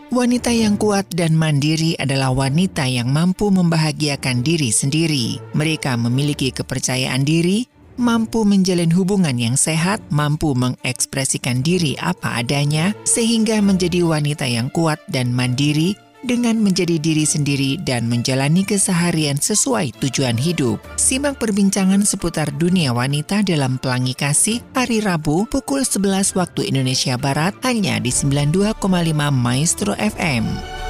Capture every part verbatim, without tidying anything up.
Wanita yang kuat dan mandiri adalah wanita yang mampu membahagiakan diri sendiri. Mereka memiliki kepercayaan diri, mampu menjalin hubungan yang sehat, mampu mengekspresikan diri apa adanya, sehingga menjadi wanita yang kuat dan mandiri dengan menjadi diri sendiri dan menjalani keseharian sesuai tujuan hidup. Simak perbincangan seputar dunia wanita dalam Pelangi Kasih hari Rabu pukul sebelas waktu Indonesia Barat hanya di sembilan puluh dua koma lima Maestro F M.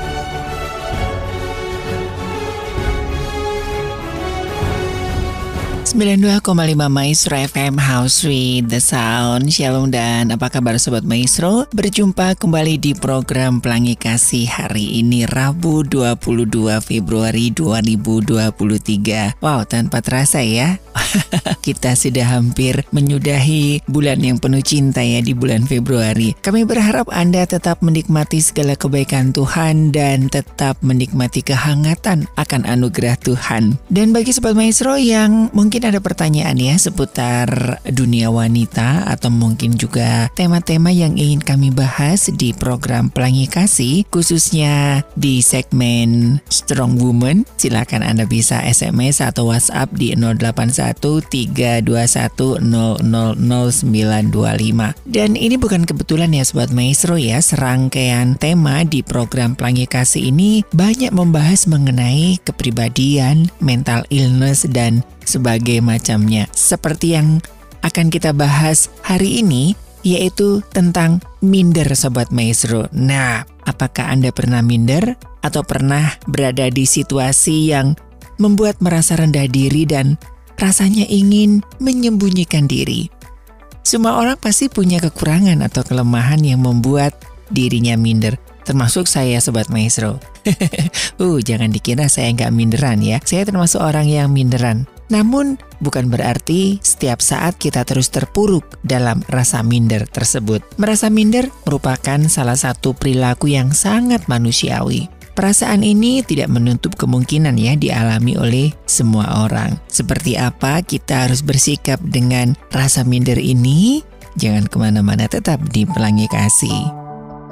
sembilan puluh dua koma lima Maestro F M, House with the Sound. Shalom dan apa kabar Sobat Maestro? Berjumpa kembali di program Pelangi Kasih hari ini Rabu dua puluh dua Februari dua ribu dua puluh tiga. Wow, tanpa terasa ya, kita sudah hampir menyudahi bulan yang penuh cinta ya di bulan Februari. Kami berharap Anda tetap menikmati segala kebaikan Tuhan dan tetap menikmati kehangatan akan anugerah Tuhan. Dan bagi Sobat Maestro yang mungkin ada pertanyaan ya seputar dunia wanita atau mungkin juga tema-tema yang ingin kami bahas di program Pelangi Kasih, khususnya di segmen Strong Woman, silakan Anda bisa S M S atau WhatsApp di nol delapan satu tiga dua satu nol nol nol sembilan dua lima. Dan ini bukan kebetulan ya Sobat Maestro ya, serangkaian tema di program Pelangi Kasih ini banyak membahas mengenai kepribadian, mental illness dan sebagai macamnya. Seperti yang akan kita bahas hari ini, yaitu tentang minder Sobat Maestro. Nah, apakah Anda pernah minder atau pernah berada di situasi yang membuat merasa rendah diri dan rasanya ingin menyembunyikan diri? Semua orang pasti punya kekurangan atau kelemahan yang membuat dirinya minder. Termasuk saya Sobat Maestro. uh, jangan dikira saya nggak minderan ya. Saya termasuk orang yang minderan. Namun bukan berarti setiap saat kita terus terpuruk dalam rasa minder tersebut. Merasa minder merupakan salah satu perilaku yang sangat manusiawi. Perasaan ini tidak menutup kemungkinan ya dialami oleh semua orang. Seperti apa kita harus bersikap dengan rasa minder ini? Jangan kemana-mana, tetap di Pelangi Kasih.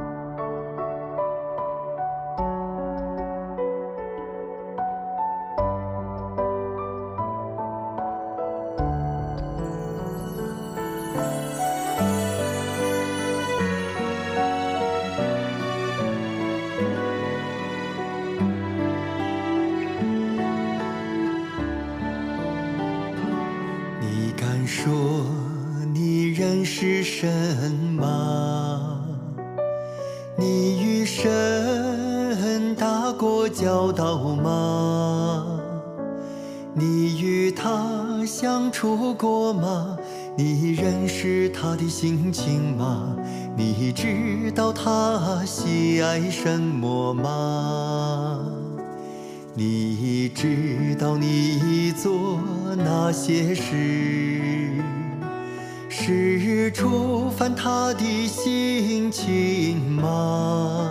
心情吗？你知道他喜爱什么吗？你知道你做那些事是触犯他的心情吗？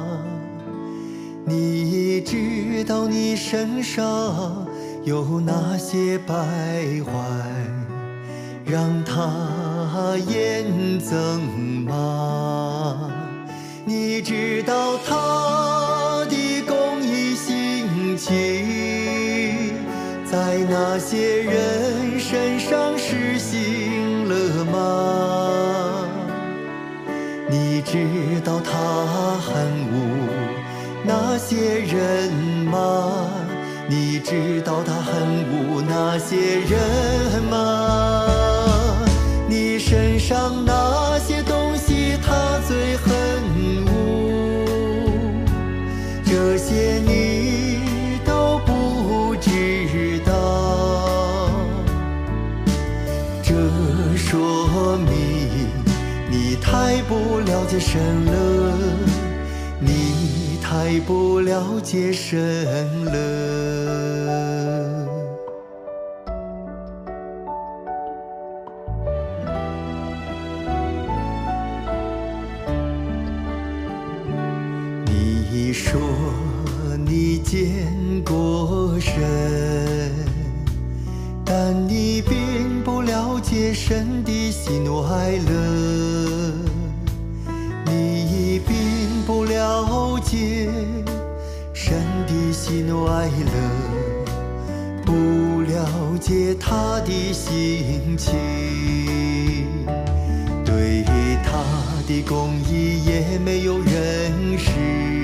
你知道你身上有哪些败坏让他厌憎吗？你知道他的公益心情在那些人身上实行了吗？你知道他恨恶那些人吗？你知道他恨恶那些人吗？你身上那些东西他最恨恶，这些你都不知道，这说明你太不了解神了，你太不了解神了。你说你见过神，但你并不了解神的喜怒哀乐，你并不了解喜怒哀乐，不了解他的心情，对他的公义也没有认识，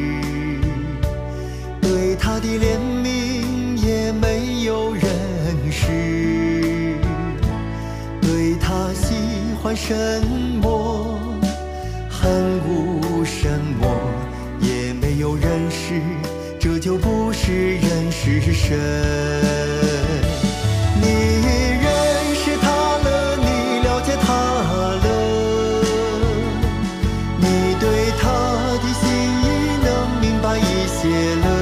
对他的怜悯也没有认识，对他喜欢什么恨恶什么也没有认识，这就不是认识神。你认识他了，你了解他了，你对他的心意能明白一些了，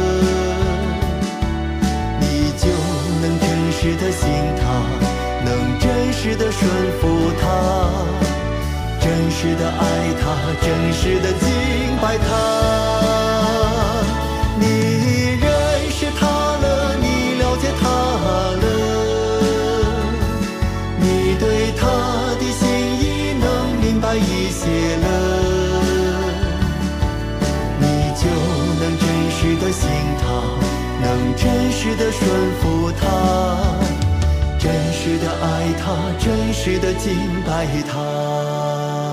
你就能真实的信他，能真实的顺服他，真实的爱他，真实的敬拜他。你认识他了，你了解他了，你对他的心意能明白一些了，你就能真实的信他，能真实的顺服他，真实的爱他，真实的敬拜他。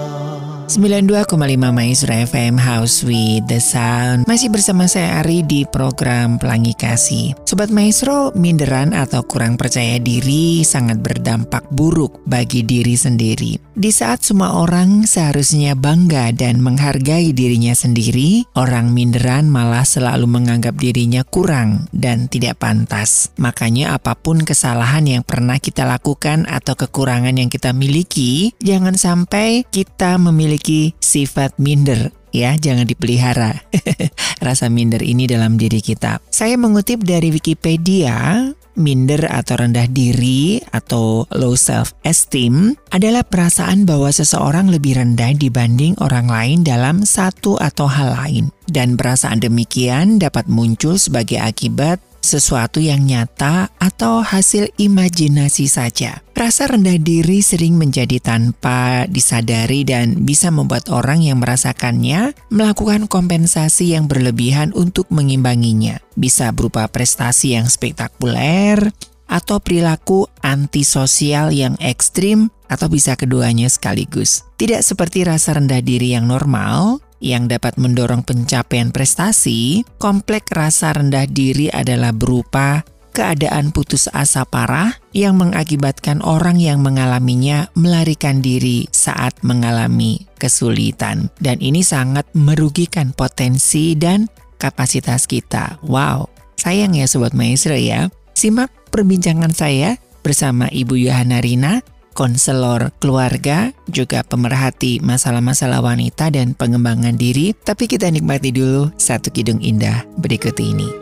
sembilan puluh dua koma lima Maestro F M House with the Sound. Masih bersama saya Ari di program Pelangi Kasih. Sobat Maestro, minderan atau kurang percaya diri sangat berdampak buruk bagi diri sendiri. Di saat semua orang seharusnya bangga dan menghargai dirinya sendiri, orang minderan malah selalu menganggap dirinya kurang dan tidak pantas. Makanya apapun kesalahan yang pernah kita lakukan atau kekurangan yang kita miliki, jangan sampai kita memiliki sifat minder. Ya, jangan dipelihara rasa minder ini dalam diri kita. Saya mengutip dari Wikipedia, minder atau rendah diri atau low self-esteem adalah perasaan bahwa seseorang lebih rendah dibanding orang lain dalam satu atau hal lain. Dan perasaan demikian dapat muncul sebagai akibat sesuatu yang nyata atau hasil imajinasi saja. Rasa rendah diri sering menjadi tanpa disadari dan bisa membuat orang yang merasakannya melakukan kompensasi yang berlebihan untuk mengimbanginya. Bisa berupa prestasi yang spektakuler atau perilaku antisosial yang ekstrim atau bisa keduanya sekaligus. Tidak seperti rasa rendah diri yang normal yang dapat mendorong pencapaian prestasi, kompleks rasa rendah diri adalah berupa keadaan putus asa parah yang mengakibatkan orang yang mengalaminya melarikan diri saat mengalami kesulitan. Dan ini sangat merugikan potensi dan kapasitas kita. Wow, sayang ya Sobat Maestro ya. Simak perbincangan saya bersama Ibu Yohana Rina, konselor keluarga, juga pemerhati masalah-masalah wanita dan pengembangan diri. Tapi kita nikmati dulu satu kidung indah berikut ini.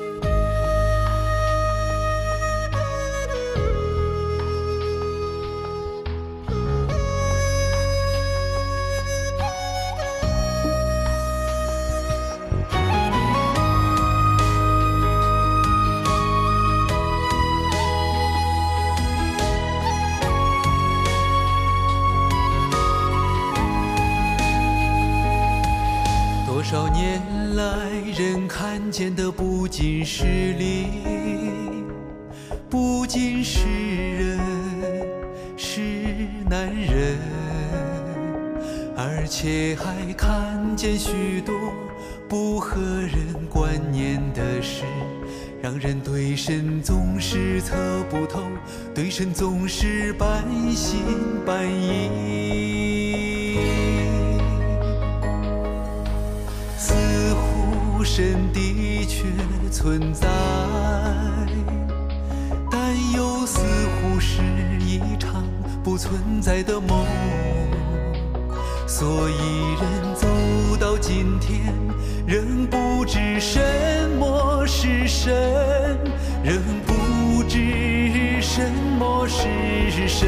多少年来，人看见的不仅是灵，不仅是人，是男人，而且还看见许多不合人观念的事，让人对神总是测不透，对神总是半信半疑。似乎神的确存在，但又似乎是一场不存在的梦。所以人走到今天，仍不知什么是神，仍不知什么是神。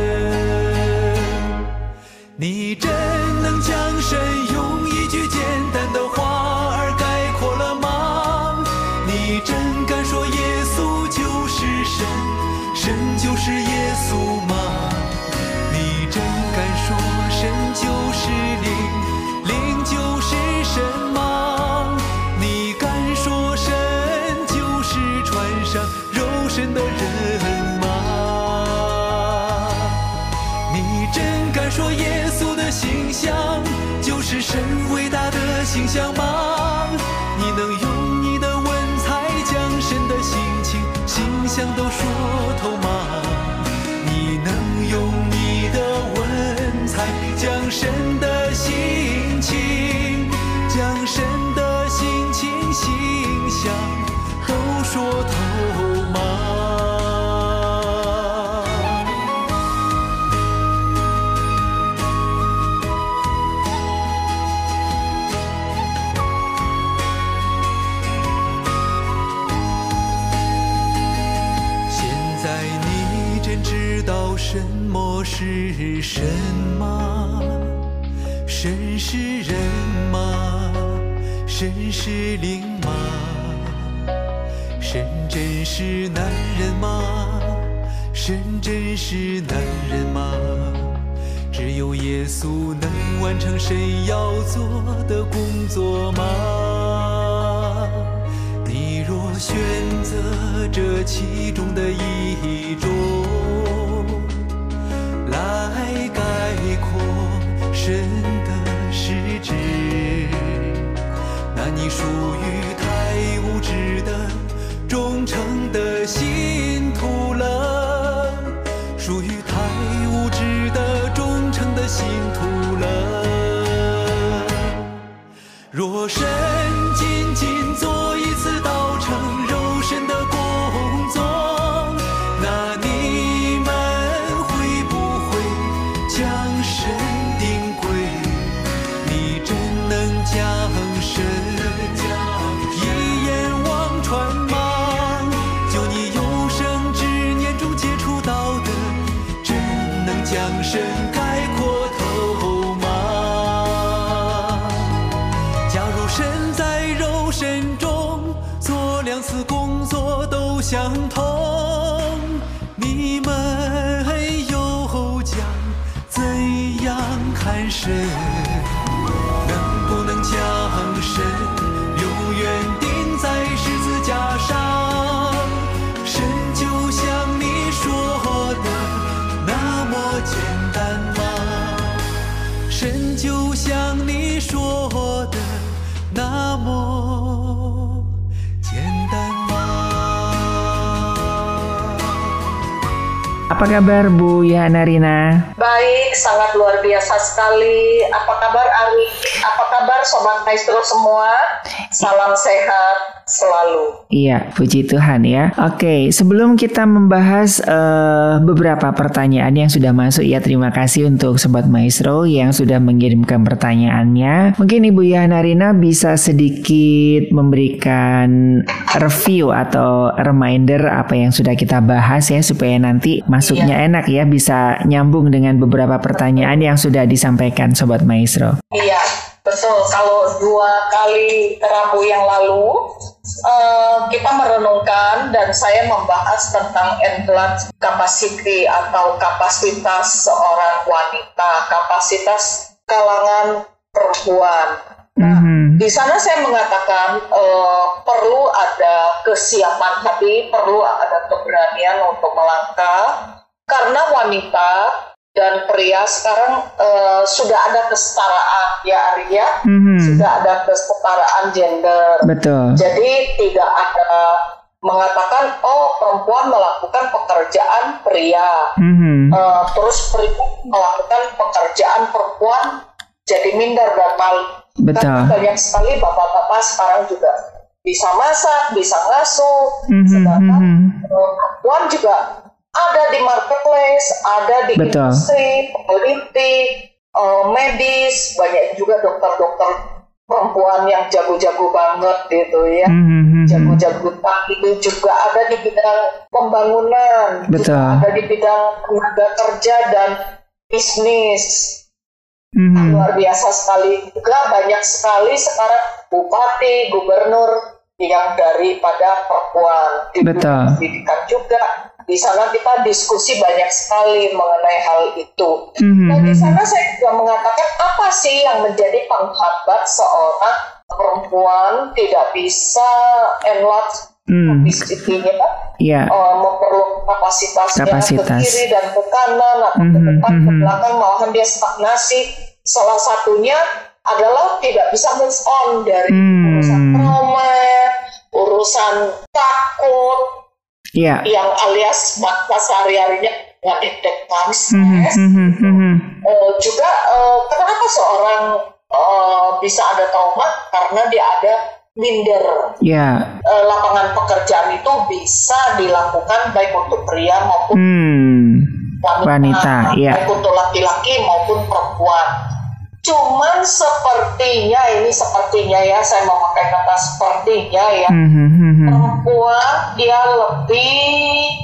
你真能将神用一句简单的话儿概括了吗？你真敢说耶稣就是神，神就是耶稣吗？你真敢说神就是灵，灵就是神吗？你敢说神真敢说耶稣的形象就是神伟大的形象吗？你能用你的文采将神的心情形象都说透吗？你能用你的文采将神的心情将神的心情形象都说透吗？什么是神吗？神是人吗？神是灵吗？神真是男人吗？神真是男人吗？只有耶稣能完成神要做的工作吗？你若选择这其中的一种来概括神的实质，那你属于太无知的忠诚的信徒了，属于太无知的忠诚的信徒了。若神仅仅做一次道成肉身的工作，那你们将神定规，你真能将神一眼望穿吗？就你有生之年中接触到的，真能将神概括透吗？假如神在肉身中做两次工作都相同，你们又将怎样看神？能不能将神永远钉在十字架上？神就像你说的那么简单吗？神就像你说的那么简单吗？ Apa kabar Bu Yana Rina? Baik, sangat luar biasa sekali. Apa kabar Ari? Apa kabar Sobat Maestro semua? Salam sehat selalu. Iya, puji Tuhan ya. Oke, sebelum kita membahas uh, beberapa pertanyaan yang sudah masuk ya, terima kasih untuk Sobat Maestro yang sudah mengirimkan pertanyaannya. Mungkin Ibu Yana Rina bisa sedikit memberikan review atau reminder apa yang sudah kita bahas ya, supaya nanti masuknya iya. enak ya, bisa nyambung dengan beberapa pertanyaan yang sudah disampaikan Sobat Maestro. Iya, betul. Kalau dua kali Rabu yang lalu uh, kita merenungkan dan saya membahas tentang enlarged capacity atau kapasitas seorang wanita, kapasitas kalangan perempuan. Nah, mm-hmm. di sana saya mengatakan uh, perlu ada kesiapan hati, perlu ada keberanian untuk melangkah, karena wanita dan pria sekarang uh, sudah ada kesetaraan ya Arya, mm-hmm. sudah ada kesetaraan gender. Betul. Jadi tidak ada mengatakan oh perempuan melakukan pekerjaan pria, mm-hmm. uh, terus pria melakukan pekerjaan perempuan jadi minder dan malu. Betul. Karena banyak sekali bapak-bapak sekarang juga bisa masak, bisa ngasuh, mm-hmm. sedangkan perempuan juga ada di marketplace, ada di Betul. industri, peneliti, uh, medis, banyak juga dokter-dokter perempuan yang jago-jago banget gitu ya, mm-hmm. jago-jago itu juga ada di bidang pembangunan, Betul. juga ada di bidang tenaga kerja dan bisnis. Mm-hmm. Luar biasa sekali juga, banyak sekali sekarang bupati, gubernur yang daripada perempuan. Di pendidikan juga, di sana kita diskusi banyak sekali mengenai hal itu. Mm-hmm. Dan di sana saya juga mengatakan apa sih yang menjadi penghambat seorang perempuan tidak bisa enlarge Hmm. obesitinya, Ya. uh, memerlukan kapasitasnya Kapasitas. ke kiri dan ke kanan atau ke Mhm, depan ke mhm. belakang, malahan dia stagnasi. Salah satunya adalah tidak bisa move on dari Hmm. urusan trauma, urusan takut, Ya. yang alias makna sehari-harinya nggak deg-degan, Mhm, stres. mhm, mhm. Eh, juga eh, kenapa seorang eh, bisa ada trauma? Karena dia ada minder. Ya. Eh, lapangan pekerjaan itu bisa dilakukan baik untuk pria maupun Hmm. wanita, Wanita, ya. baik untuk laki-laki maupun perempuan. Cuman sepertinya ini sepertinya ya, saya memakai kata sepertinya ya, Mhm, mhm. perempuan dia lebih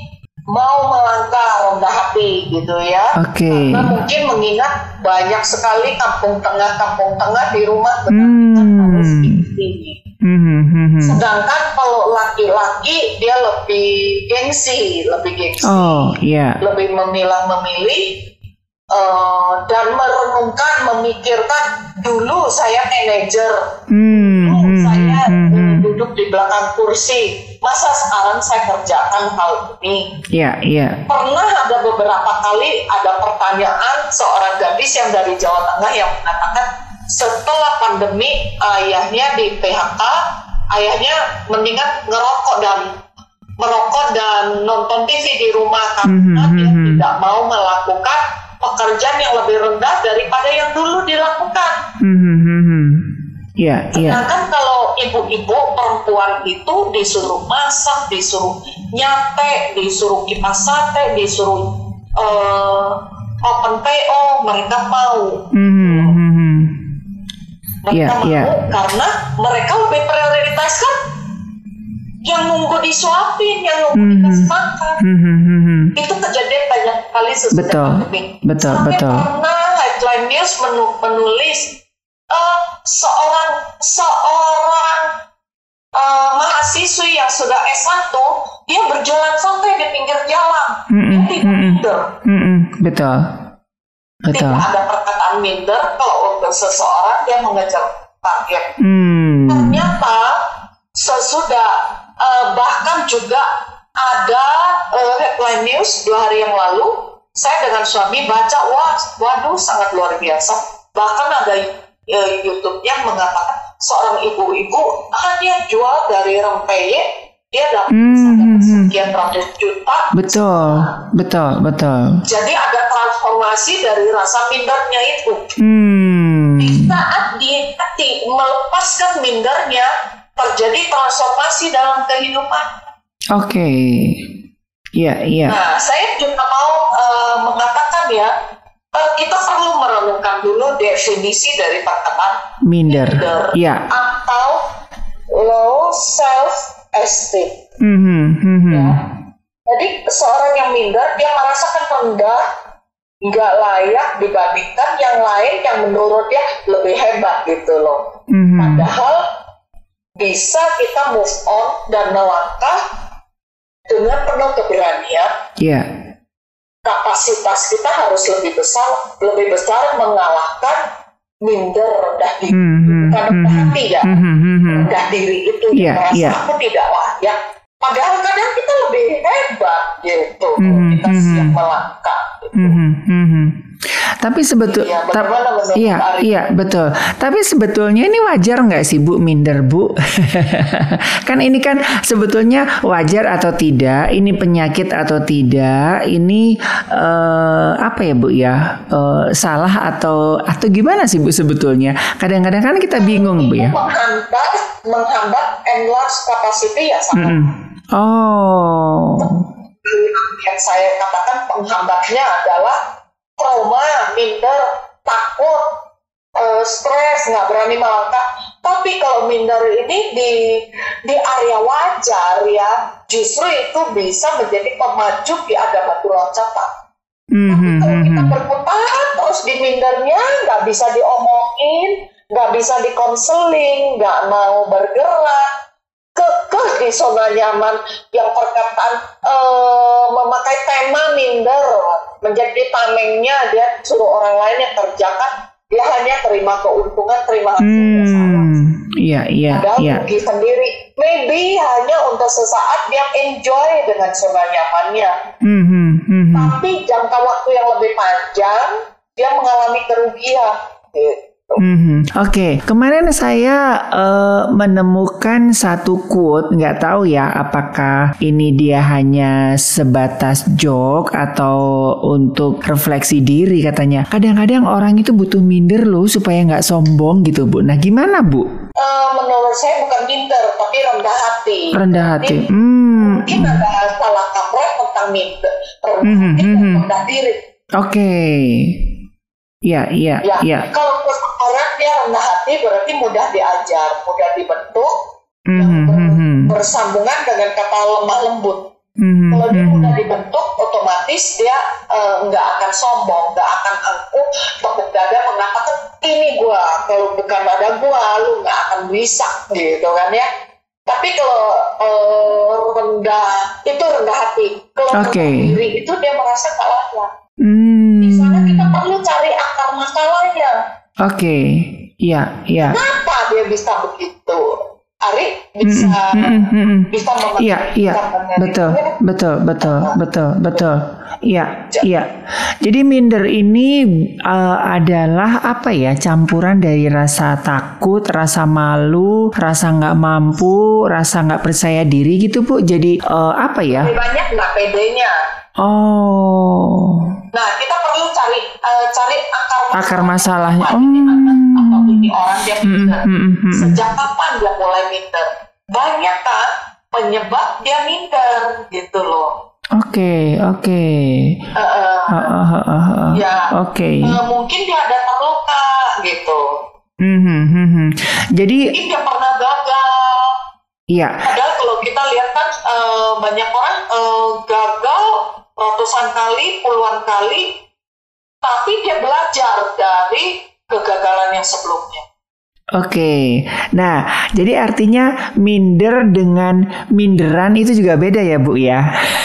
mau melangkah rendah hati gitu ya. Oke. Karena mungkin mengingat banyak sekali kampung tengah-kampung tengah di rumah Hmm. harus tinggi. Mhm, mhm. Sedangkan kalau laki-laki dia lebih gengsi, lebih gengsi, Oh, ya. lebih memilah-memilih eh, dan merenungkan, memikirkan dulu saya manajer, Hmm, dulu mhm, saya mhm. eh, duduk di belakang kursi, masa sekarang saya kerjakan hal ini. Ya, ya. Pernah ada beberapa kali ada pertanyaan seorang gadis yang dari Jawa Tengah yang mengatakan setelah pandemi ayahnya di P H K, ayahnya mendingan ngerokok dan merokok dan nonton T V di rumah karena Mhm, dia mhm. tidak mau melakukan pekerjaan yang lebih rendah daripada yang dulu dilakukan. Mhm, mhm. Ya, ya. Sedangkan kalau ibu-ibu perempuan itu disuruh masak, disuruh nyate, disuruh kipas sate, disuruh uh, open P O, mereka mau. Mhm, mhm. Mereka Iya, mau iya. karena mereka lebih prioritaskan yang nunggu disuapin, yang nunggu Mhm. dikasih makan. Mhm, mhm. Itu kejadian banyak kali sesudah Betul, pandemi. betul, Sampai betul. pernah headline news menu- menulis eh, seorang seorang eh, mahasiswi yang sudah S satu, dia berjalan santai di pinggir jalan. Mhm, Dia tidak mhm. minder. Mhm, betul. Betul. Tidak ada perkataan minder kalau untuk seseorang yang mengejar target. Hmm. Ternyata sesudah eh, bahkan juga ada eh, headline news dua hari yang lalu, saya dengan suami baca, wah, waduh sangat luar biasa. Bahkan ada eh, YouTube yang mengatakan seorang ibu-ibu hanya jual dari rempeyek, dia dapat Hmm. sekian ratus juta. Betul, betul, betul. Jadi ada transformasi dari rasa mindernya itu. Hmm. Di saat dia hati melepaskan mindernya, terjadi transformasi dalam kehidupan. Oke. Iya, iya. Nah, saya juga mau uh, mengatakan ya, uh, kita perlu merenungkan dulu definisi dari perkataan Minder. minder Iya. atau low self esteem. Mhm, mhm. Ya. Jadi seorang yang minder dia merasakan rendah, nggak layak dibandingkan yang lain yang menurut dia lebih hebat gitu loh. Mhm. Padahal bisa kita move on dan melangkah dengan penuh keberanian. Iya. Kapasitas kita harus lebih besar, lebih besar mengalahkan minder, rendah diri. Mhm, Bukan rendah mhm. hati ya, Mhm, mhm. rendah diri itu Iya, yang merasa iya. aku tidak layak. Padahal kadang kita lebih hebat gitu, Mhm, kita mhm. siap melangkah. Gitu. Mhm, mhm. Tapi sebetul, Iya, tap- bagaimana menurut iya, Ari? iya betul. Tapi sebetulnya ini wajar nggak sih Bu minder Bu? Kan ini kan sebetulnya wajar atau tidak? Ini penyakit atau tidak? Ini eh, apa ya Bu ya? Eh, salah atau atau gimana sih Bu sebetulnya? Kadang-kadang kan kita bingung Bu Itu ya. menghambat, menghambat enlarge capacity ya sama. Mm-mm. Oh, Yang saya katakan penghambatnya adalah trauma, minder, takut, eh, stres, nggak berani melangkah. Tapi kalau minder ini di di area wajar ya, justru itu bisa menjadi pemacu di ada batu loncatan. Tapi kalau kita berputar terus di mindernya, nggak bisa diomongin, nggak bisa dikonseling, nggak mau bergerak, kekeh di zona nyaman yang perkataan eh, memakai tema minder menjadi tamengnya, dia suruh orang lain yang kerjakan, dia hanya terima keuntungan, terima hasilnya salah. hmm, iya, iya, Padahal iya. rugi sendiri. maybe hanya untuk sesaat dia enjoy dengan zona nyamannya. Mm-hmm, mm-hmm. Tapi jangka waktu yang lebih panjang dia mengalami kerugian. Gitu. Mm-hmm. Oke, okay. Kemarin saya uh, menemukan satu quote, nggak tahu ya apakah ini dia hanya sebatas joke atau untuk refleksi diri katanya. Kadang-kadang orang itu butuh minder loh supaya nggak sombong gitu Bu. Nah gimana Bu? Uh, menurut saya bukan minder, tapi rendah hati. Rendah hati. Jadi, hmm. mungkin ada salah kaprah tentang minder, rendah mm-hmm, hati mm-hmm. dan rendah diri. Oke. Okay. Iya, iya, ya, iya. Kalau orang dia rendah hati berarti mudah diajar, mudah dibentuk, mm-hmm, yang ber- mm-hmm. bersambungan dengan kata lemah lembut. Mm-hmm, Kalau dia mm-hmm. mudah dibentuk, otomatis dia uh, nggak akan sombong, nggak akan angkuh, tepuk dada mengatakan ini gua, kalau bukan ada gua, lu nggak akan bisa, gitu kan ya. Tapi kalau uh, rendah, itu rendah hati. Kalau okay. rendah diri itu dia merasa kalahnya. Hmm. Di sana kita perlu cari akar masalahnya. Oke, okay. Iya, iya. Kenapa dia bisa begitu? Ari bisa mm, mm, mm, mm. bisa memenuhi. Iya, iya. Betul, betul, betul, betul, betul. Iya, iya. Jadi minder ini uh, adalah apa ya? Campuran dari rasa takut, rasa malu, rasa nggak mampu, rasa nggak percaya diri gitu Bu. Jadi uh, apa ya? Lebih banyak nggak pedenya. Oh. Nah, kita perlu cari uh, cari akar masalah. Akar masalahnya. Apa ini oh. atau ini orang dia minder? Mm, mm, mm, mm. Sejak kapan dia mulai minder? Banyak kan penyebab dia minder gitu loh. Oke, okay, oke. Okay. Uh, uh, uh, uh, uh, uh, uh. Ya. Oke. Okay. Uh, mungkin dia ada terluka gitu. Mm-hmm, mm-hmm. Jadi. Mungkin dia pernah gagal. Iya. Padahal kalau kita lihat kan uh, banyak orang uh, gagal ratusan kali, puluhan kali, tapi dia belajar dari kegagalan yang sebelumnya. Oke, nah jadi artinya minder dengan minderan itu juga beda ya Bu ya?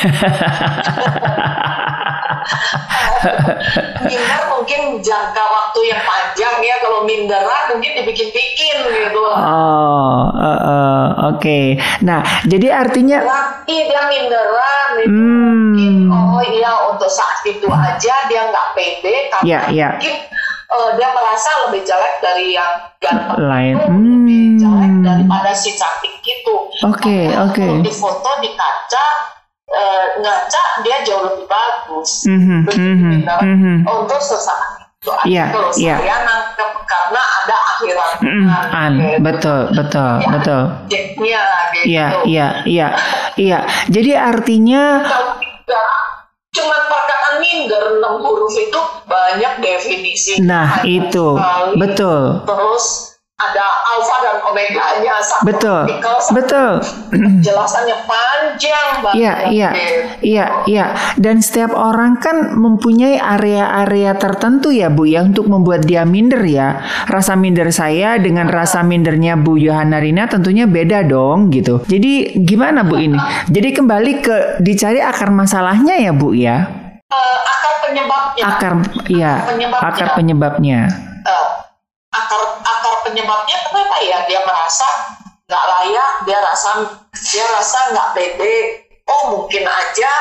Minder mungkin jangka waktu yang panjang ya, kalau minderan mungkin dibikin-bikin gitu. Oh, uh, uh, oke. Okay. Nah, jadi artinya Berarti dia minderan itu hmm. mungkin, oh iya untuk saat itu aja dia nggak pede karena yeah, yeah. mungkin uh, dia merasa lebih jelek dari yang ganteng lain, itu, hmm. lebih jelek daripada si cantik itu. Oke, oke. Okay. Kalau di foto di kaca, uh, ngaca dia jauh lebih bagus. Mm-hmm, mm-hmm, mm-hmm. Untuk sesaat itu aja yeah, kalau yeah. saya nangkep karena ada akhiran. Mm, gitu. Betul, betul, ya, betul. Iya, gitu. Iya, iya, iya, iya. Jadi artinya kalau tidak cuma perkataan minder enam huruf itu banyak definisi. Nah, itu sekali. Betul. Terus ada alfa dan omeganya. Betul, artikel, betul. Jelasannya panjang banget. Iya, iya, iya, iya. Dan setiap orang kan mempunyai area-area tertentu ya Bu ya untuk membuat dia minder ya. Rasa minder saya dengan rasa mindernya Bu Yohana Rina tentunya beda dong gitu. Jadi gimana Bu ini? Jadi kembali ke dicari akar masalahnya ya Bu ya. Uh, akar penyebabnya. Akar, iya. Akar penyebabnya. Akar penyebabnya. Uh, akar akar penyebabnya kenapa ya dia merasa nggak layak, dia rasa dia rasa nggak pede. Oh mungkin aja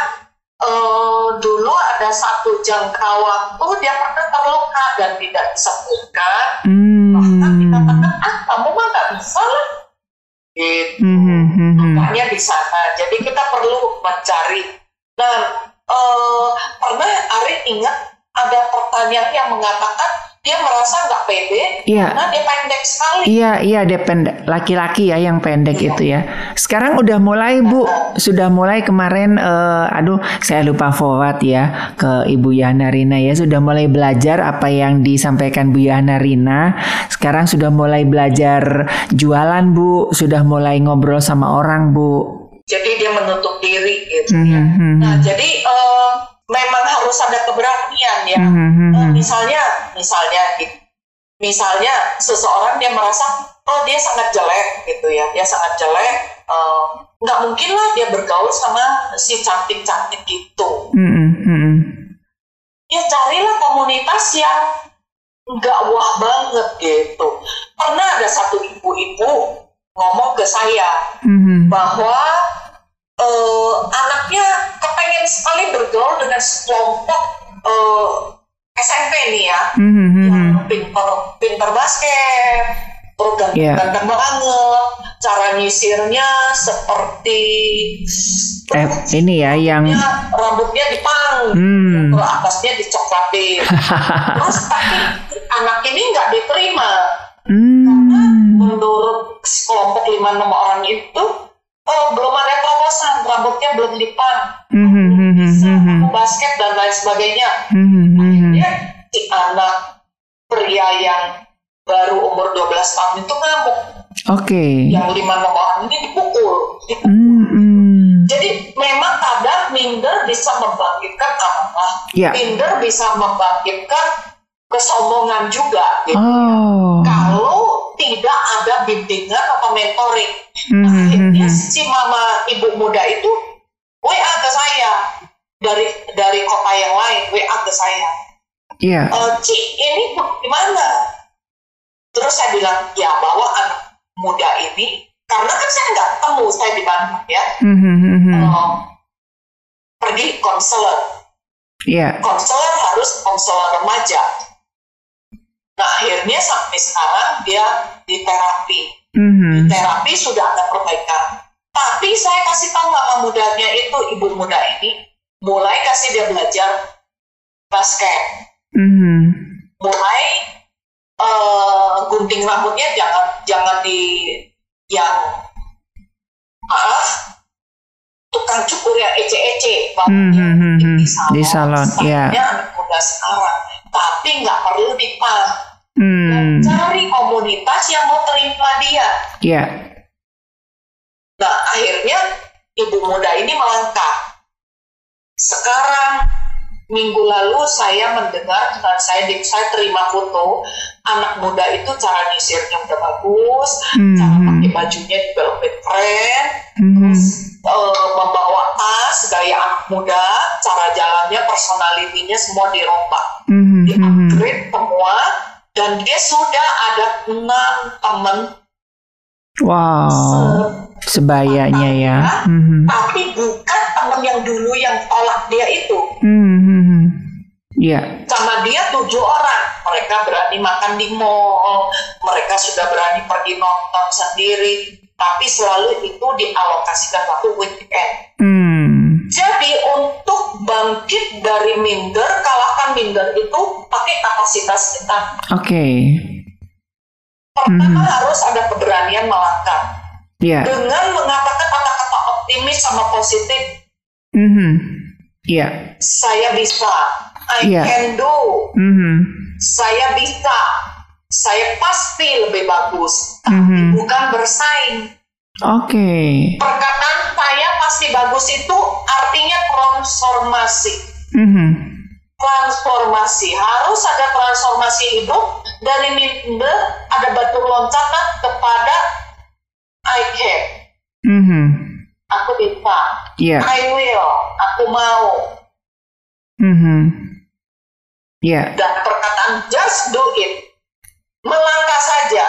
uh, dulu ada satu jangka waktu dia pernah terluka dan tidak disembuhkan. Hmm. Bahkan dikatakan ah kamu mah nggak bisa lah. Gitu. Hmm. Makanya di sana. Jadi kita perlu mencari. Nah uh, pernah Ari ingat ada pertanyaan yang mengatakan dia merasa nggak pede iya. karena dia pendek sekali. Iya, iya dia pendek. Laki-laki ya yang pendek iya. itu ya. Sekarang udah mulai Bu, sudah mulai kemarin. Uh, aduh, saya lupa forward ya ke Ibu Yohana Rina ya. Sudah mulai belajar apa yang disampaikan Bu Yohana Rina. Sekarang sudah mulai belajar jualan Bu. Sudah mulai ngobrol sama orang Bu. Jadi dia menutup diri gitu mm-hmm. ya. Nah jadi uh, memang harus ada keberanian ya. Mm-hmm. Uh, misalnya, misalnya, misalnya seseorang dia merasa oh dia sangat jelek gitu ya, dia sangat jelek, uh, nggak mungkin lah dia bergaul sama si cantik-cantik itu. Mm-hmm. Ya carilah komunitas yang nggak wah banget gitu. Pernah ada satu ibu-ibu ngomong ke saya Mhm. bahwa uh, anaknya kepengen sekali bergaul dengan sekelompok uh, S M P nih ya, Mhm. yang pinter, pinter basket, terus Iya. ganteng banget, cara nyisirnya seperti Eh, ini ya yang ya, rambutnya dipang, Hmm. terus atasnya dicoklatin. Terus tapi anak ini nggak diterima. Hmm. Menurut kelompok lima enam orang itu, oh, belum ada terobosan, rambutnya belum dipang, Mhm. belum bisa Mhm. aku basket dan lain sebagainya. Mhm. Mhm. Akhirnya si anak pria yang baru umur dua belas tahun itu ngamuk, Oke. yang lima enam orang ini dipukul. dipukul. Hmm. Jadi memang kadang minder bisa membangkitkan amarah, Ya. minder bisa membangkitkan kesombongan juga. Gitu. Oh. Kalau tidak ada bimbingan atau mentoring, Mhm. akhirnya Mhm. si mama ibu muda itu W A ke saya dari dari kota yang lain, W A ke saya, Iya. e, Ci ini gimana? Terus saya bilang, ya bawa anak muda ini, karena kan saya nggak ketemu, saya di Bandung ya, Mhm. Mhm. um, pergi konselor. Iya. Konselor harus konselor remaja. Nah akhirnya sampai sekarang dia di terapi. Mhm. Terapi sudah ada perbaikan. Tapi saya kasih tahu mama mudanya itu, ibu muda ini, mulai kasih dia belajar basket. Mhm. Mulai uh, gunting rambutnya jangan jangan di yang ah tukang cukur yang ece-ece, rambutnya Mhm. Mhm. di salon, Di salon, ya. stylenya anak muda sekarang. Tapi nggak perlu dipang. Hmm. Cari komunitas yang mau terima dia. Iya. Nah akhirnya ibu muda ini melangkah. Sekarang minggu lalu saya mendengar dan saya saya terima foto anak muda itu, cara nyisirnya udah bagus, Mhm. cara pakai bajunya juga lebih keren, Mhm. terus uh, membawa tas gaya anak muda, cara jalannya, personalitinya semua dirombak, Mhm. di Mhm. upgrade semua, dan dia sudah ada enam teman. Wow. Sebayanya ya. Mhm. Tapi bukan teman yang dulu yang tolak dia itu. Mhm. Iya. Sama dia tujuh orang. Mereka berani makan di mall, mereka sudah berani pergi nonton sendiri, tapi selalu itu dialokasikan waktu weekend. Hmm. Jadi untuk bangkit dari minder, kalahkan minder itu pakai kapasitas kita. Oke. Pertama Mhm. harus ada keberanian melangkah. Iya. Dengan mengatakan kata-kata optimis sama positif, Mhm. Iya. saya bisa, I Iya. can do, Mhm. saya bisa, saya pasti lebih bagus, tapi Mhm. bukan bersaing. Oke. Perkataan saya pasti bagus itu artinya transformasi. Mhm. Transformasi, harus ada transformasi hidup dari minder, ada batu loncatan kepada I can, Mhm. aku bisa, Iya. I will, aku mau. Mhm. Iya. Dan perkataan just do it, melangkah saja.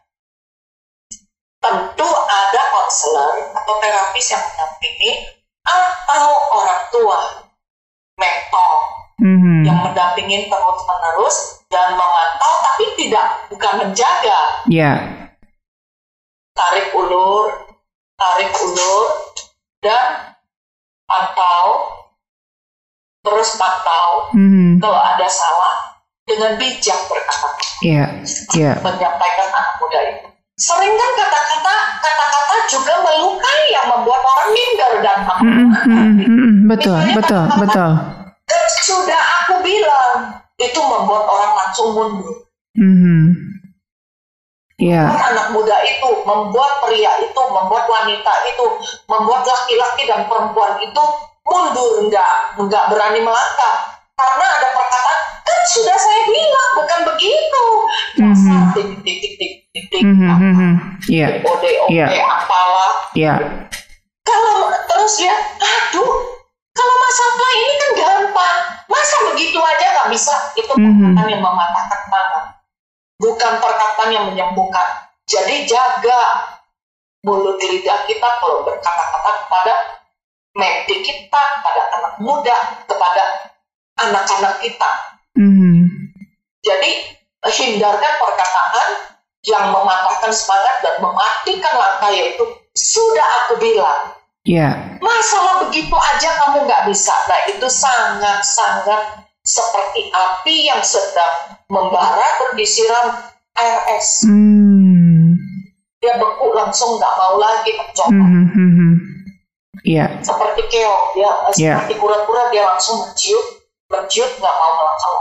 Tentu ada konselor atau terapis yang mendampingi, atau orang tua, mentor Mhm. yang mendampingi terus-menerus dan memantau, tapi tidak bukan menjaga. Iya. Tarik ulur, tarik ulur, dan pantau, terus pantau. Mhm. Kalau ada salah, dengan bijak berkata, Iya. Iya. menyampaikan anak muda itu. Sering kan kata-kata kata-kata juga melukai yang membuat orang minder dan Mhm. takut. Mhm. Mhm. Betul. Betul. Betul. Dan sudah aku bilang, itu membuat orang langsung mundur. Mhm. Iya. Membuat anak muda itu, membuat pria itu, membuat wanita itu, membuat laki-laki dan perempuan itu mundur, enggak, enggak berani melangkah. Karena ada perkataan, kan sudah saya bilang, bukan begitu. Dasar Mhm. tik tik tik tik tik tik, Mhm. Mhm. Iya. O D O P, Iya. apalah. Iya. Kalau terus ya, aduh, kalau masalah ini kan gampang. Masa begitu aja nggak bisa? Itu Mhm. perkataan yang mematahkan semangat. Bukan perkataan yang menyembuhkan. Jadi jaga mulut lidah kita kalau berkata-kata kepada menti kita, kepada anak muda, kepada anak-anak kita. Mm-hmm. Jadi hindarkan perkataan yang mematahkan semangat dan mematikan langkah, yaitu sudah aku bilang. Yeah. Masalah begitu aja kamu nggak bisa. Nah itu sangat-sangat seperti api yang sedang membara disiram air es. Mm. Dia beku langsung nggak mau lagi mencoba. Mm-hmm. Yeah. Seperti keong, ya, yeah. seperti kura-kura dia langsung menciut, menciut nggak mau melangkah.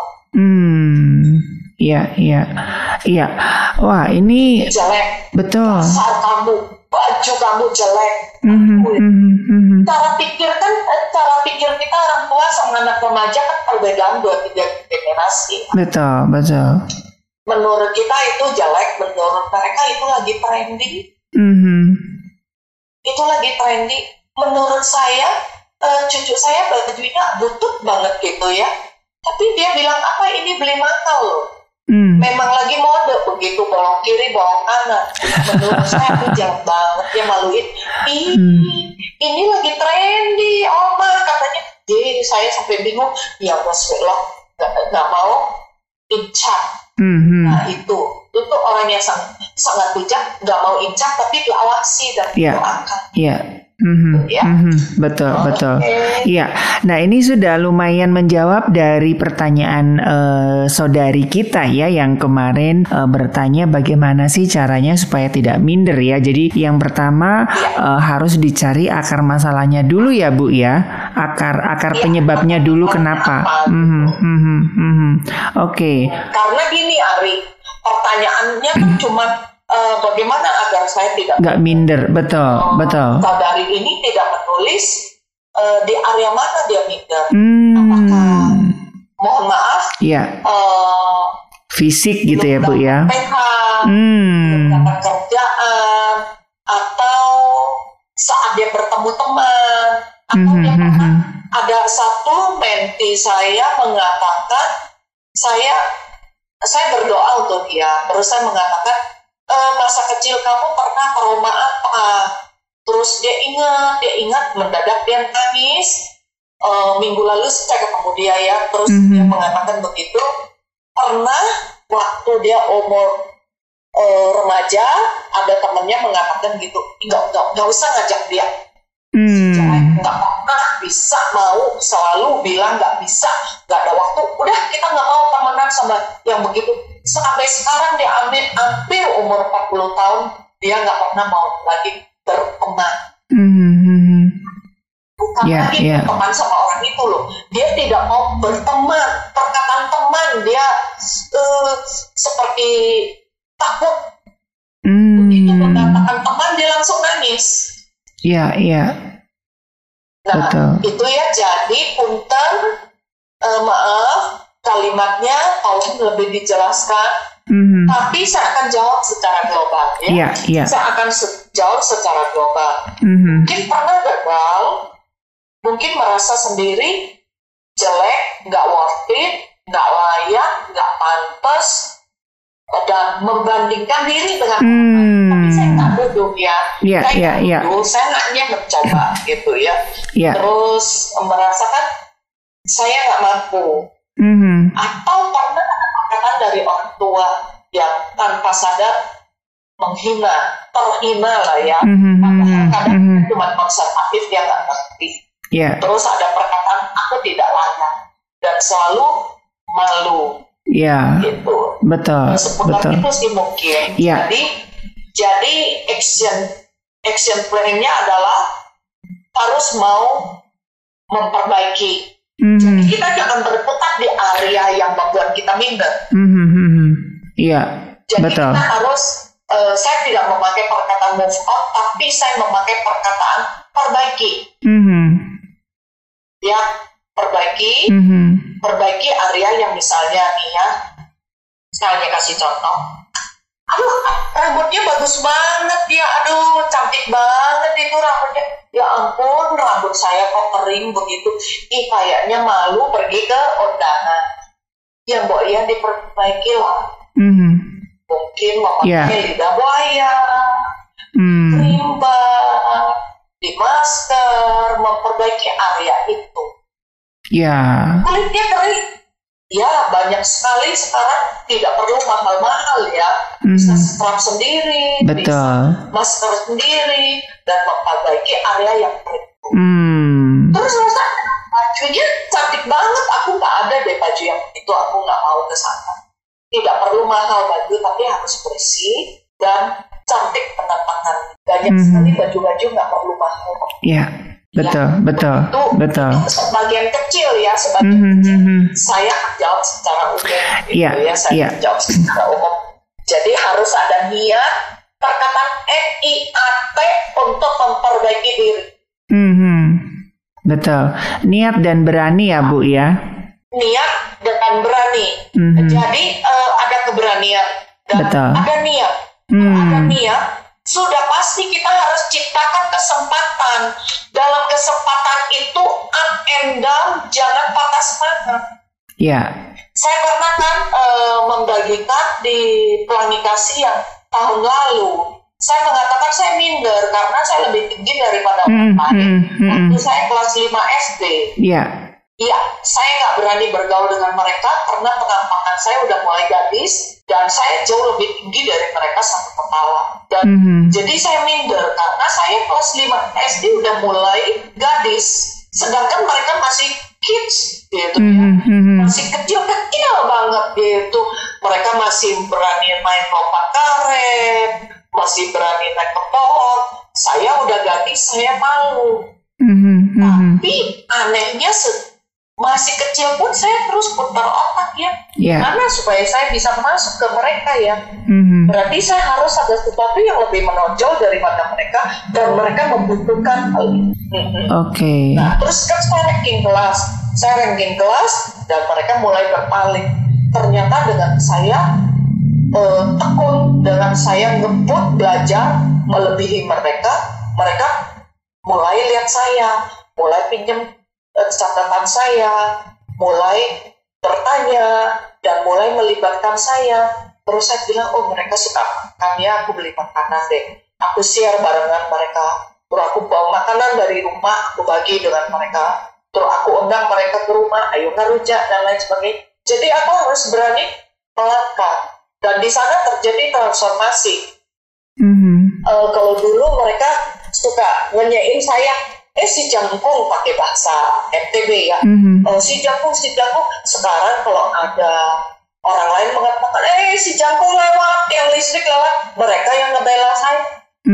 Hmm, iya, iya, iya. Wah, ini jelek. Betul. Dasar kamu, baju kamu jelek. Mm-hmm, mm-hmm, mm-hmm. Cara pikir kan, cara pikir kita orang tua sama anak remaja kan perbedaan dua tiga generasi. Betul, betul. Menurut kita itu jelek, menurut mereka itu lagi trending. Mm-hmm. Itu lagi trending. Menurut saya, uh, cucu saya bajunya butut banget gitu ya. Tapi dia bilang, apa ini beli mahal loh. Mm. Memang lagi mode begitu, bawa kiri, bawa kanan. Menurut saya itu jelek banget, dia maluin. Ih, mm. ini lagi trendy, oma katanya. Jadi saya sampai bingung, ya Rasulullah gak, gak mau incak. Mm-hmm. Nah itu, itu orang yang sangat, sangat bijak, gak mau incak tapi diawasi dan yeah. didoakan. Iya. Yeah. Mm-hmm. Yeah. Mm-hmm. Betul, oh, betul. Iya. Okay. Nah, ini sudah lumayan menjawab dari pertanyaan uh, saudari kita ya yang kemarin uh, bertanya bagaimana sih caranya supaya tidak minder ya. Jadi yang pertama yeah. uh, harus dicari akar masalahnya dulu ya, Bu ya. Akar akar yeah. penyebabnya dulu kenapa. Mm-hmm. Mm-hmm. Mm-hmm. Oke. Okay. Karena gini Ari, pertanyaannya kan cuma Uh, bagaimana agar saya tidak nggak minder, betul, uh, betul. Saudari ini tidak menulis uh, di area mana dia minder. Hmm. Apakah, mohon maaf, ya. uh, fisik gitu ya Bu ya. P H, hmm. dapat kerjaan, atau saat dia bertemu teman, atau mm-hmm. dia pernah ada satu menti saya mengatakan, saya saya berdoa untuk dia, terus saya mengatakan, E, masa kecil kamu pernah trauma apa? Terus dia ingat, dia ingat mendadak dia nangis. E, minggu lalu saya ketemu dia ya, terus mm-hmm. dia mengatakan begitu. Pernah waktu dia umur e, remaja, ada temannya mengatakan gitu, nggak nggak nggak usah ngajak dia. Mm. Jangan, nggak pernah bisa mau, selalu bilang nggak bisa, nggak ada waktu. Udah kita nggak mau temenan sama yang begitu. Sampai sekarang dia ambil hampir umur empat puluh tahun, dia nggak pernah mau lagi berteman. Mm-hmm. Bukan yeah, lagi yeah. berteman sama orang itu loh. Dia tidak mau berteman. Perkataan teman dia uh, seperti takut. Mm. Begitu mengatakan teman dia langsung nangis. Iya, yeah, iya. Yeah. Nah, betul. Itu ya, jadi punten, uh, maaf, kalimatnya tolong lebih dijelaskan, mm-hmm. tapi saya akan jawab secara global ya. Yeah, yeah. Saya akan se- jawab secara global. Mm-hmm. Mungkin pernah gagal, mungkin merasa sendiri jelek, nggak worth it, nggak layak, nggak pantas, dan membandingkan diri dengan orang mm. lain. Tapi saya nggak duduk ya, yeah, saya yeah, nggak yeah. duduk, saya hanya mencoba gitu ya. Yeah. Terus merasakan saya nggak mampu. Mm-hmm. Atau pernah ada perkataan dari orang tua yang tanpa sadar menghina, terhina lah ya. Mm-hmm. Padahal kadang mm-hmm. cuma konservatif, dia nggak ngerti. Yeah. Terus ada perkataan aku tidak layak dan selalu malu. Ya, gitu. Betul, Seputar betul. itu sih mungkin. Ya. Jadi, jadi action action plan-nya adalah harus mau memperbaiki. Mm-hmm. Jadi kita jangan berputar di area yang membuat kita minder. Mm-hmm. Iya, Jadi betul. kita harus, uh, saya tidak memakai perkataan move on, tapi saya memakai perkataan perbaiki. Mm-hmm. Ya, perbaiki. Mm-hmm. Perbaiki area yang misalnya nih ya, saya kasih contoh, aduh rambutnya bagus banget ya, aduh cantik banget itu rambutnya, ya ampun rambut saya kok kering begitu, ih kayaknya malu pergi ke undangan, ya mbok ya diperbaiki lah. Mm-hmm. Mungkin memakai yeah. lidah buaya, Hmm. rimba, di masker, memperbaiki area itu. Ya. Kulitnya kering. Ya, banyak sekali sekarang tidak perlu mahal-mahal ya. Hmm. Bisa scrub sendiri, Betul. bisa masker sendiri, dan memperbaiki area yang kering. Hmm. Terus rasa bajunya cantik banget. Aku nggak ada deh baju yang itu. Aku nggak mau ke sana. Tidak perlu mahal baju, tapi harus bersih dan cantik penampakan. Banyak Mhm. sekali baju-baju nggak perlu mahal. Ya, betul, Ya, betul, itu, betul. itu sebagian kecil ya, sebagian Mhm, kecil. mhm. Saya jawab secara umum. Gitu Iya, ya, saya iya. jawab secara umum. Jadi harus ada niat, perkataan N I A T untuk memperbaiki diri. Mhm. Betul. Niat dan berani ya Bu ya. Niat dengan berani. Mhm. Jadi eh, ada keberanian dan Betul. ada niat. Hmm. Kalau ada niat, sudah pasti kita harus ciptakan kesempatan. Dalam kesempatan itu up and down, jangan patah semangat. Ya. Saya pernah kan eh, membagikan di Pelangi Kasih yang tahun lalu. Saya mengatakan saya minder karena saya lebih tinggi daripada Hmm, orang lain. hmm, hmm. Waktu saya kelas lima S D. Ya. Iya, saya nggak berani bergaul dengan mereka karena penampakan saya udah mulai gadis dan saya jauh lebih tinggi dari mereka satu kepala. Dan Mhm. jadi saya minder karena saya kelas lima S D udah mulai gadis, sedangkan mereka masih kids gitu ya. Mhm, mhm. Masih kecil-kecil banget gitu. Mereka masih berani main lompat karet, masih berani naik ke pohon. Saya udah gadis, saya malu. Mhm, mhm. Tapi anehnya se- masih kecil pun saya terus putar otak ya. Ya. Gimana supaya saya bisa masuk ke mereka ya. Mhm. Berarti saya harus ada sesuatu yang lebih menonjol daripada mereka dan mereka membutuhkan hal ini. Mhm. Oke. Nah, terus kan saya ranking kelas, saya ranking kelas dan mereka mulai berpaling. Ternyata dengan saya eh, tekun, dengan saya ngebut belajar melebihi mereka, mereka mulai lihat saya, mulai pinjam eh, catatan saya, mulai bertanya dan mulai melibatkan saya. Terus saya bilang, oh mereka suka makan ya, aku beli makanan deh. Aku share barengan mereka. Terus aku bawa makanan dari rumah, aku bagi dengan mereka. Terus aku undang mereka ke rumah, ayo ngerujak dan lain sebagainya. Jadi aku harus berani melangkah. Dan di sana terjadi transformasi. Mhm. Eh, kalau dulu mereka suka ngenyain saya, eh si jangkung pakai bahasa N T B ya. Mhm. Eh, si jangkung, si jangkung. Sekarang kalau ada orang lain mengatakan, eh si jangkung lewat, yang listrik lewat, mereka yang ngebela saya.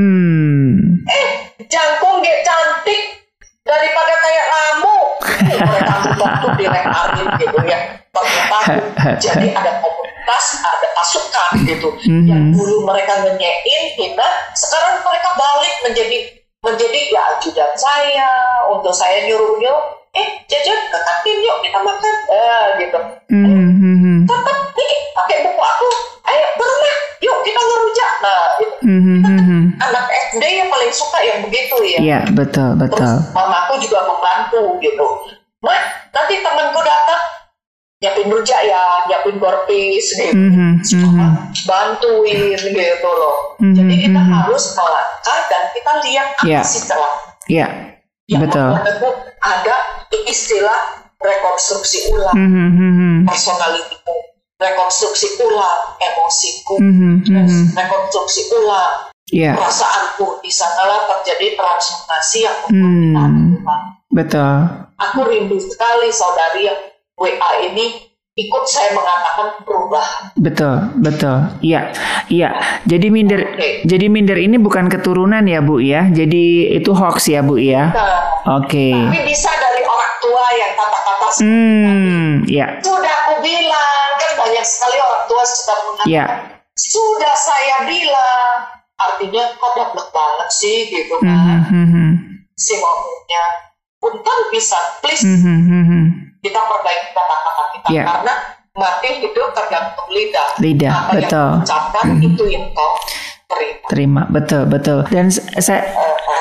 Hmm. Eh, jangkung dia cantik daripada kayak lamu. Eh, mereka waktu dilekarin gitu ya. Ternyata jadi ada komunitas, ada pasukan gitu. Mhm. Yang dulu mereka ngenyain, hina, sekarang mereka balik menjadi menjadi ya ajudan saya, untuk saya nyuruh-nyuruh, eh jajan ke kantin yuk kita makan, eh gitu. Mhm. Tetap nih pakai buku aku, ayo ke rumah, yuk kita ngerujak. Nah, gitu. Mhm. Anak S D yang paling suka yang begitu ya. Ya, betul, Terus betul. mamaku juga membantu gitu. Mah, nanti temanku datang, nyiapin rujak ya, nyiapin gorpis gitu. Mhm. Mhm. Bantuin gitu loh. Mhm, Jadi kita mhm. harus melangkah dan kita lihat apa Ya. sih celah. Ya, Yang betul. membuat aku ada istilah rekonstruksi ulang Mhm. Mhm. personalitiku, rekonstruksi ulang emosiku, Mhm. terus Mhm. rekonstruksi ulang Ya, perasaanku. Di sanalah terjadi transformasi yang membuat Hmm. kita berubah. betul. Aku rindu sekali saudari yang W A ini ikut saya mengatakan perubahan. Betul, betul. Iya, iya. Jadi minder, Oke. jadi minder ini bukan keturunan ya Bu ya. Jadi itu hoax ya Bu ya. Nah, Oke. tapi bisa dari orang tua yang kata-kata seperti Hmm, ya, sudah aku bilang, kan banyak sekali orang tua sudah mengatakan, ya. sudah saya bilang, artinya kok dablek banget sih gitu kan, Mhm. Mhm. si ngomongnya. Punten bisa, please Mhm. Mhm. kita perbaiki kata-kata kita Ya. karena mati hidup tergantung lidah. Lidah, Apa betul. yang kau ucapkan itu yang kau terima. Terima, betul, betul. Dan s- saya Eh, eh,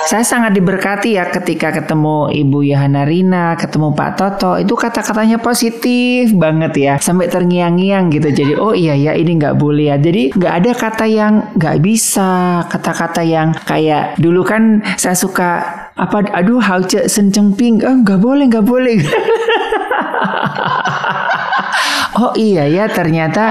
Saya sangat diberkati ya ketika ketemu Ibu Yohana Rina, ketemu Pak Toto, itu kata-katanya positif banget ya, sampai terngiang-ngiang gitu. Jadi oh iya ya, ini nggak boleh ya. Jadi nggak ada kata yang nggak bisa, kata-kata yang kayak dulu kan saya suka apa, aduh hauce senceng ping, oh nggak boleh nggak boleh. Oh iya ya, ternyata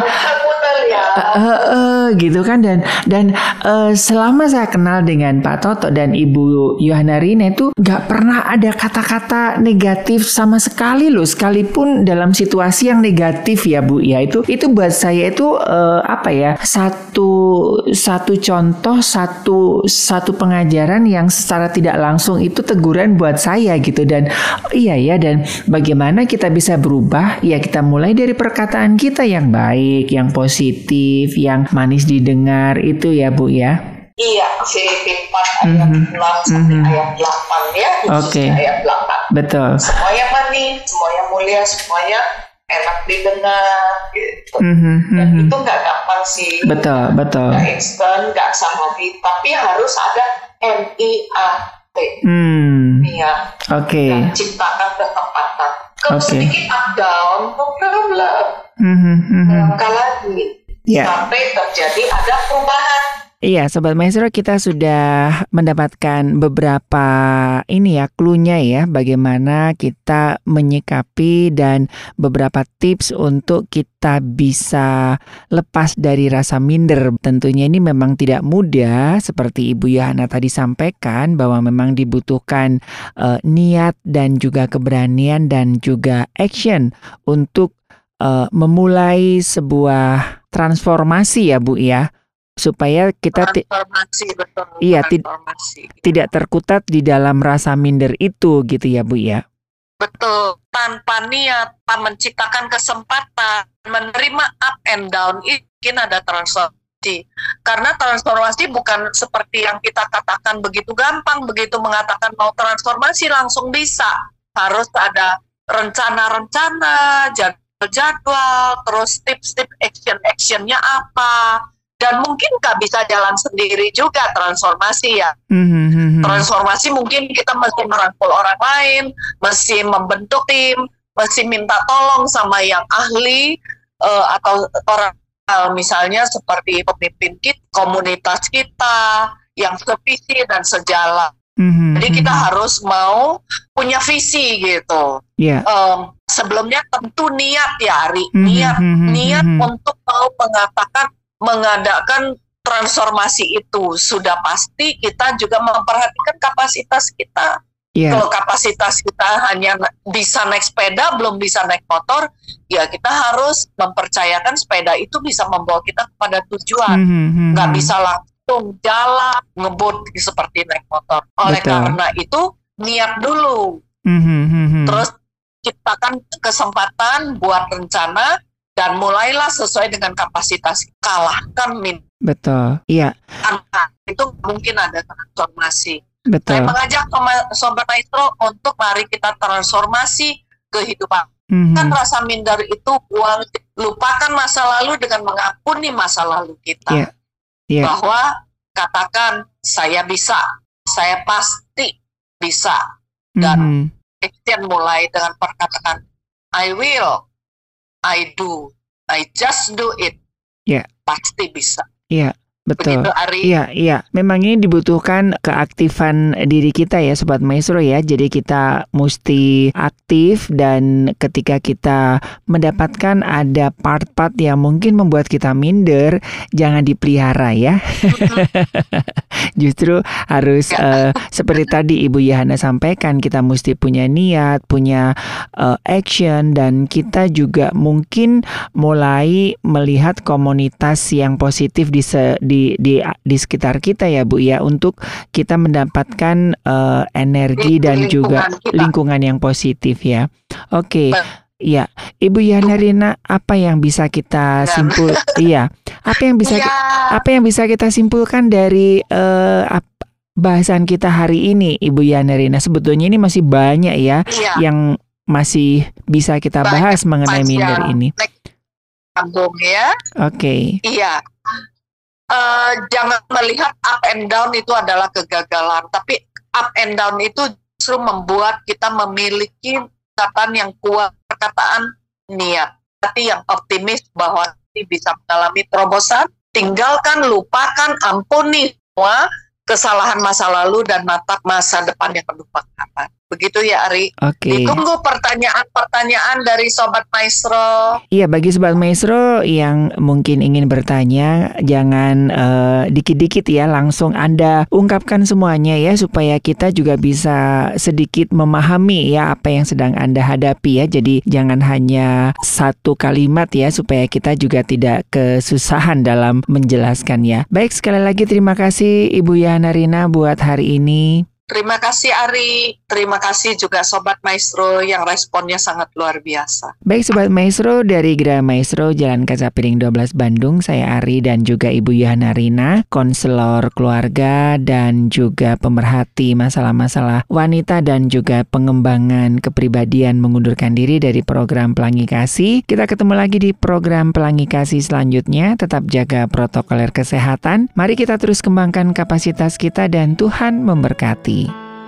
Uh, uh, uh, gitu kan. Dan dan uh, selama saya kenal dengan Pak Toto dan Ibu Yohana Rina itu nggak pernah ada kata-kata negatif sama sekali loh, sekalipun dalam situasi yang negatif ya Bu ya. Itu itu buat saya itu uh, apa ya, satu satu contoh, satu satu pengajaran yang secara tidak langsung itu teguran buat saya gitu. Dan oh iya ya, dan bagaimana kita bisa berubah ya, kita mulai dari perkataan kita yang baik, yang positif, yang manis didengar itu ya Bu ya. Iya, Filipi empat ayat Mhm. enam sampai Mhm. ayat delapan ya, khususnya Oke. ayat delapan. Betul. Semuanya manis, semuanya mulia, semuanya enak didengar gitu. Mhm, Dan mhm. itu nggak gampang sih. Betul, betul. Nggak instan, nggak sehari, tapi harus ada N I A T, Hmm. niat, Oke. dan ciptakan kesempatan. Kalau Oke. sedikit up down, no problem. Mhm, mhm. Langkah lagi Ya. sampai terjadi ada perubahan. Iya, Sobat Maestro, kita sudah mendapatkan beberapa ini ya, clue-nya ya, bagaimana kita menyikapi dan beberapa tips untuk kita bisa lepas dari rasa minder. Tentunya ini memang tidak mudah, seperti Ibu Yohana tadi sampaikan, bahwa memang dibutuhkan eh, niat dan juga keberanian dan juga action untuk eh, memulai sebuah transformasi ya Bu ya, supaya kita ti- Transformasi, betul. Iya, ti- transformasi. tidak terkutat di dalam rasa minder itu gitu ya Bu ya. Betul, tanpa niat, tanpa menciptakan kesempatan, menerima up and down, itu mungkin ada transformasi. Karena transformasi bukan seperti yang kita katakan begitu gampang, begitu mengatakan mau transformasi langsung bisa. Harus ada rencana-rencana, jadwal-jadwal, terus tips-tips action-actionnya apa. Dan mungkin nggak bisa jalan sendiri juga transformasi ya. Mhm, mhm. Transformasi mungkin kita mesti merangkul orang lain, mesti membentuk tim, mesti minta tolong sama yang ahli eh, atau orang eh, misalnya seperti pemimpin kita, komunitas kita yang sevisi dan sejalan. Mhm, Jadi kita mhm. harus mau punya visi gitu. Ya. Em, sebelumnya tentu niat ya Ari, Mhm, niat mhm, niat mhm. untuk mau mengatakan mengadakan transformasi itu sudah pasti kita juga memperhatikan kapasitas kita. Ya. Kalau kapasitas kita hanya bisa naik sepeda, belum bisa naik motor, ya kita harus mempercayakan sepeda itu bisa membawa kita kepada tujuan. Mhm, mhm. Nggak bisa langsung jalan, ngebut seperti naik motor. Oleh Betul. karena itu, niat dulu. Mhm, mhm. Terus ciptakan kesempatan buat rencana, dan mulailah sesuai dengan kapasitas. Kalahkan min. Betul. Iya, Tanpa itu mungkin ada transformasi. Saya betul. mengajak sama Sobat Maestro untuk mari kita transformasi kehidupan. Mhm. Kan rasa minder itu buang, lupakan masa lalu dengan mengampuni masa lalu kita. Iya. Iya. Bahwa katakan saya bisa, saya pasti bisa. Dan Mhm. action mulai dengan perkataan I will, I do, I just do it. Iya. Pasti bisa. Iya, betul. Begitu Ari. Iya, iya. Memang ini dibutuhkan keaktifan diri kita ya Sobat Maestro ya. Jadi kita mesti aktif, dan ketika kita mendapatkan ada part-part yang mungkin membuat kita minder, jangan dipelihara ya. Justru harus eh, seperti tadi Ibu Yohana sampaikan, kita mesti punya niat, punya eh, action, dan kita juga mungkin mulai melihat komunitas yang positif di se- di di di sekitar kita ya Bu ya, untuk kita mendapatkan eh, energi dan juga Lingkungan kita. lingkungan yang positif ya. Oke. Betul. Iya, Ibu Yohana Rina, apa yang bisa kita Ya. simpul? Iya, apa yang bisa Ya, apa yang bisa kita simpulkan dari eh, ap- bahasan kita hari ini, Ibu Yohana Rina? Sebetulnya ini masih banyak ya iya. yang masih bisa kita Banyak, bahas mengenai panjang. minder ini. Next, sambung ya. Oke. Iya. Eh, jangan melihat up and down itu adalah kegagalan, tapi up and down itu justru membuat kita memiliki perkataan yang kuat, perkataan niat, hati yang optimis bahwa kita bisa mengalami terobosan. Tinggalkan, lupakan, ampuni semua kesalahan masa lalu dan natap masa depan yang penuh pengharapan. Begitu ya, Ari. Oke. Okay. Ditunggu pertanyaan-pertanyaan dari Sobat Maestro. Iya, bagi Sobat Maestro yang mungkin ingin bertanya, jangan uh, dikit-dikit ya, langsung Anda ungkapkan semuanya ya, supaya kita juga bisa sedikit memahami ya apa yang sedang Anda hadapi ya. Jadi jangan hanya satu kalimat ya, supaya kita juga tidak kesusahan dalam menjelaskan ya. Baik, sekali lagi terima kasih Ibu Yana Rina buat hari ini. Terima kasih Ari, terima kasih juga Sobat Maestro yang responnya sangat luar biasa. Baik Sobat Maestro, dari Geraha Maestro Jalan Kaca Piring dua belas Bandung, saya Ari dan juga Ibu Yana Rina, konselor keluarga dan juga pemerhati masalah-masalah wanita dan juga pengembangan kepribadian mengundurkan diri dari program Pelangi Kasih. Kita ketemu lagi di program Pelangi Kasih selanjutnya, tetap jaga protokoler kesehatan. Mari kita terus kembangkan kapasitas kita dan Tuhan memberkati.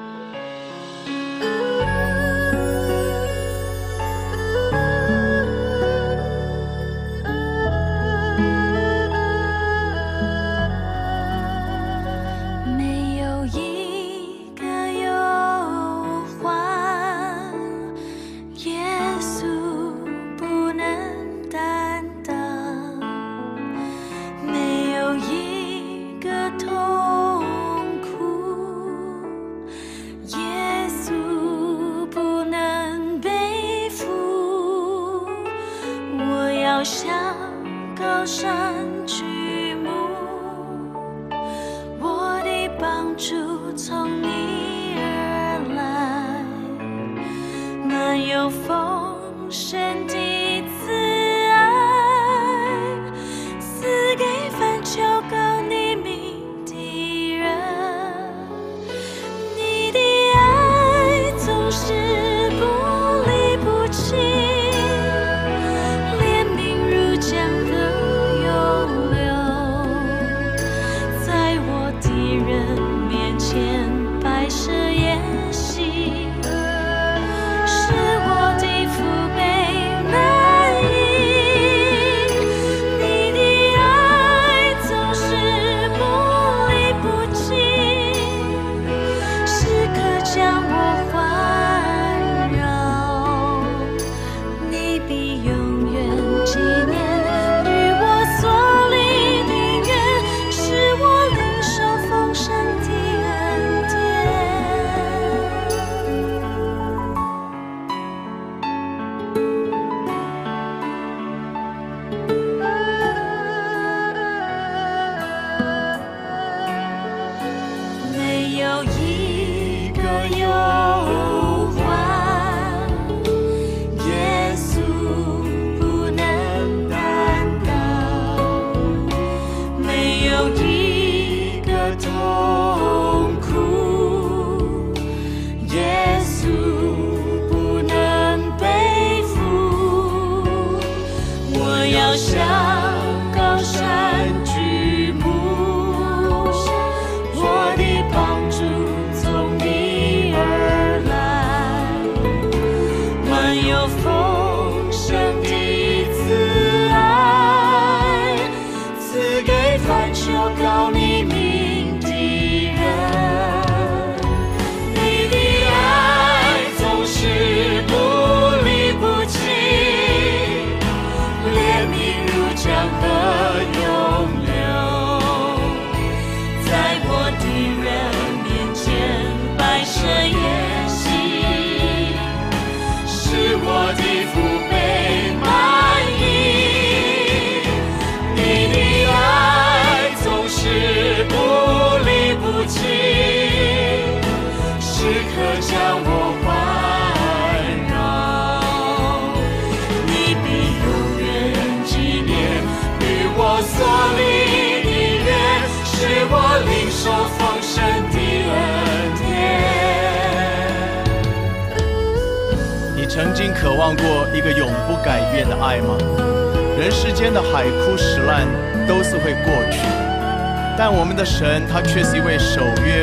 曾经渴望过一个永不改变的爱吗？人世间的海枯石烂都是会过去，但我们的神他却是一位守约施慈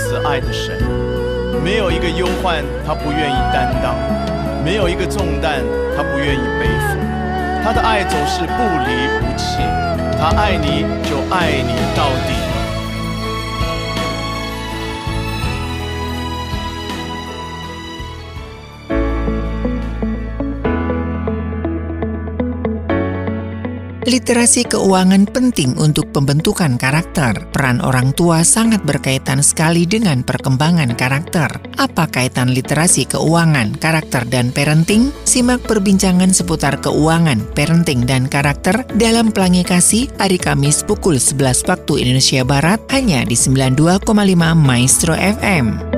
慈爱的神，没有一个忧患他不愿意担当，没有一个重担他不愿意背负。他的爱总是不离不弃，他爱你就爱你到底。 Literasi keuangan penting untuk pembentukan karakter. Peran orang tua sangat berkaitan sekali dengan perkembangan karakter. Apa kaitan literasi keuangan, karakter, dan parenting? Simak perbincangan seputar keuangan, parenting, dan karakter dalam Pelangi Kasih hari Kamis pukul sebelas waktu Indonesia Barat hanya di sembilan puluh dua koma lima Maestro F M.